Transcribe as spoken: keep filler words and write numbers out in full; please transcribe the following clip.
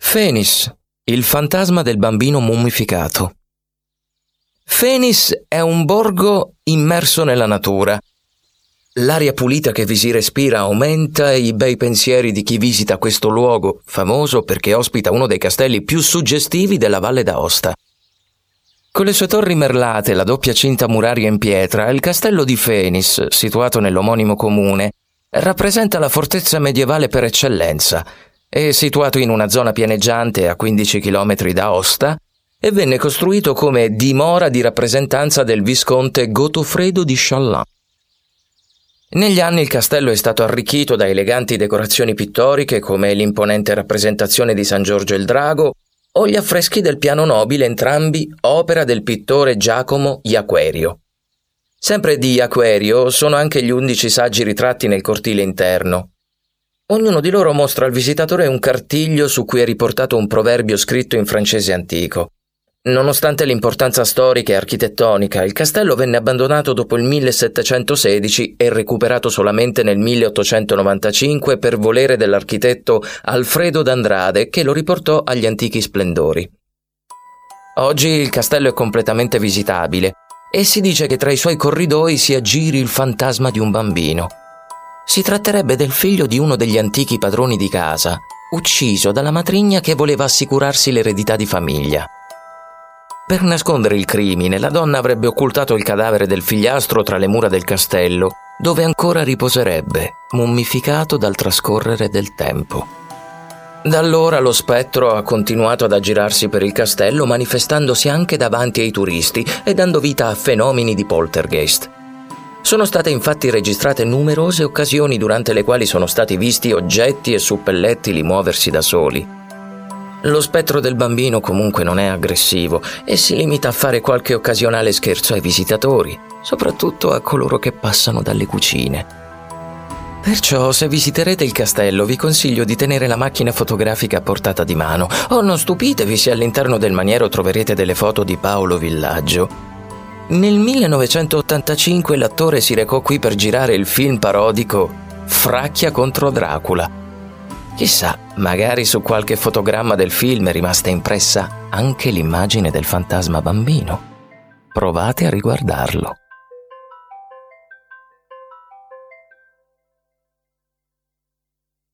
Fénis, il fantasma del bambino mummificato. Fénis è un borgo immerso nella natura. L'aria pulita che vi si respira aumenta i bei pensieri di chi visita questo luogo, famoso perché ospita uno dei castelli più suggestivi della Valle d'Aosta. Con le sue torri merlate e la doppia cinta muraria in pietra, il castello di Fénis, situato nell'omonimo comune, rappresenta la fortezza medievale per eccellenza. È situato in una zona pianeggiante a quindici chilometri da Aosta e venne costruito come dimora di rappresentanza del visconte Gotofredo di Challant. Negli anni il castello è stato arricchito da eleganti decorazioni pittoriche come l'imponente rappresentazione di San Giorgio il Drago o gli affreschi del piano nobile, entrambi opera del pittore Giacomo Jaquerio. Sempre di Jaquerio sono anche gli undici saggi ritratti nel cortile interno. Ognuno di loro mostra al visitatore un cartiglio su cui è riportato un proverbio scritto in francese antico. Nonostante l'importanza storica e architettonica, il castello venne abbandonato dopo il millesettecentosedici e recuperato solamente nel milleottocentonovantacinque per volere dell'architetto Alfredo d'Andrade, che lo riportò agli antichi splendori. Oggi il castello è completamente visitabile e si dice che tra i suoi corridoi si aggiri il fantasma di un bambino. Si tratterebbe del figlio di uno degli antichi padroni di casa, ucciso dalla matrigna che voleva assicurarsi l'eredità di famiglia. Per nascondere il crimine, la donna avrebbe occultato il cadavere del figliastro tra le mura del castello, dove ancora riposerebbe, mummificato dal trascorrere del tempo. Da allora lo spettro ha continuato ad aggirarsi per il castello, manifestandosi anche davanti ai turisti e dando vita a fenomeni di poltergeist. Sono state infatti registrate numerose occasioni durante le quali sono stati visti oggetti e suppellettili muoversi da soli. Lo spettro del bambino comunque non è aggressivo e si limita a fare qualche occasionale scherzo ai visitatori, soprattutto a coloro che passano dalle cucine. Perciò, se visiterete il castello, vi consiglio di tenere la macchina fotografica a portata di mano, o non stupitevi se all'interno del maniero troverete delle foto di Paolo Villaggio. Nel millenovecentottantacinque l'attore si recò qui per girare il film parodico Fracchia contro Dracula. Chissà, magari su qualche fotogramma del film è rimasta impressa anche l'immagine del fantasma bambino. Provate a riguardarlo.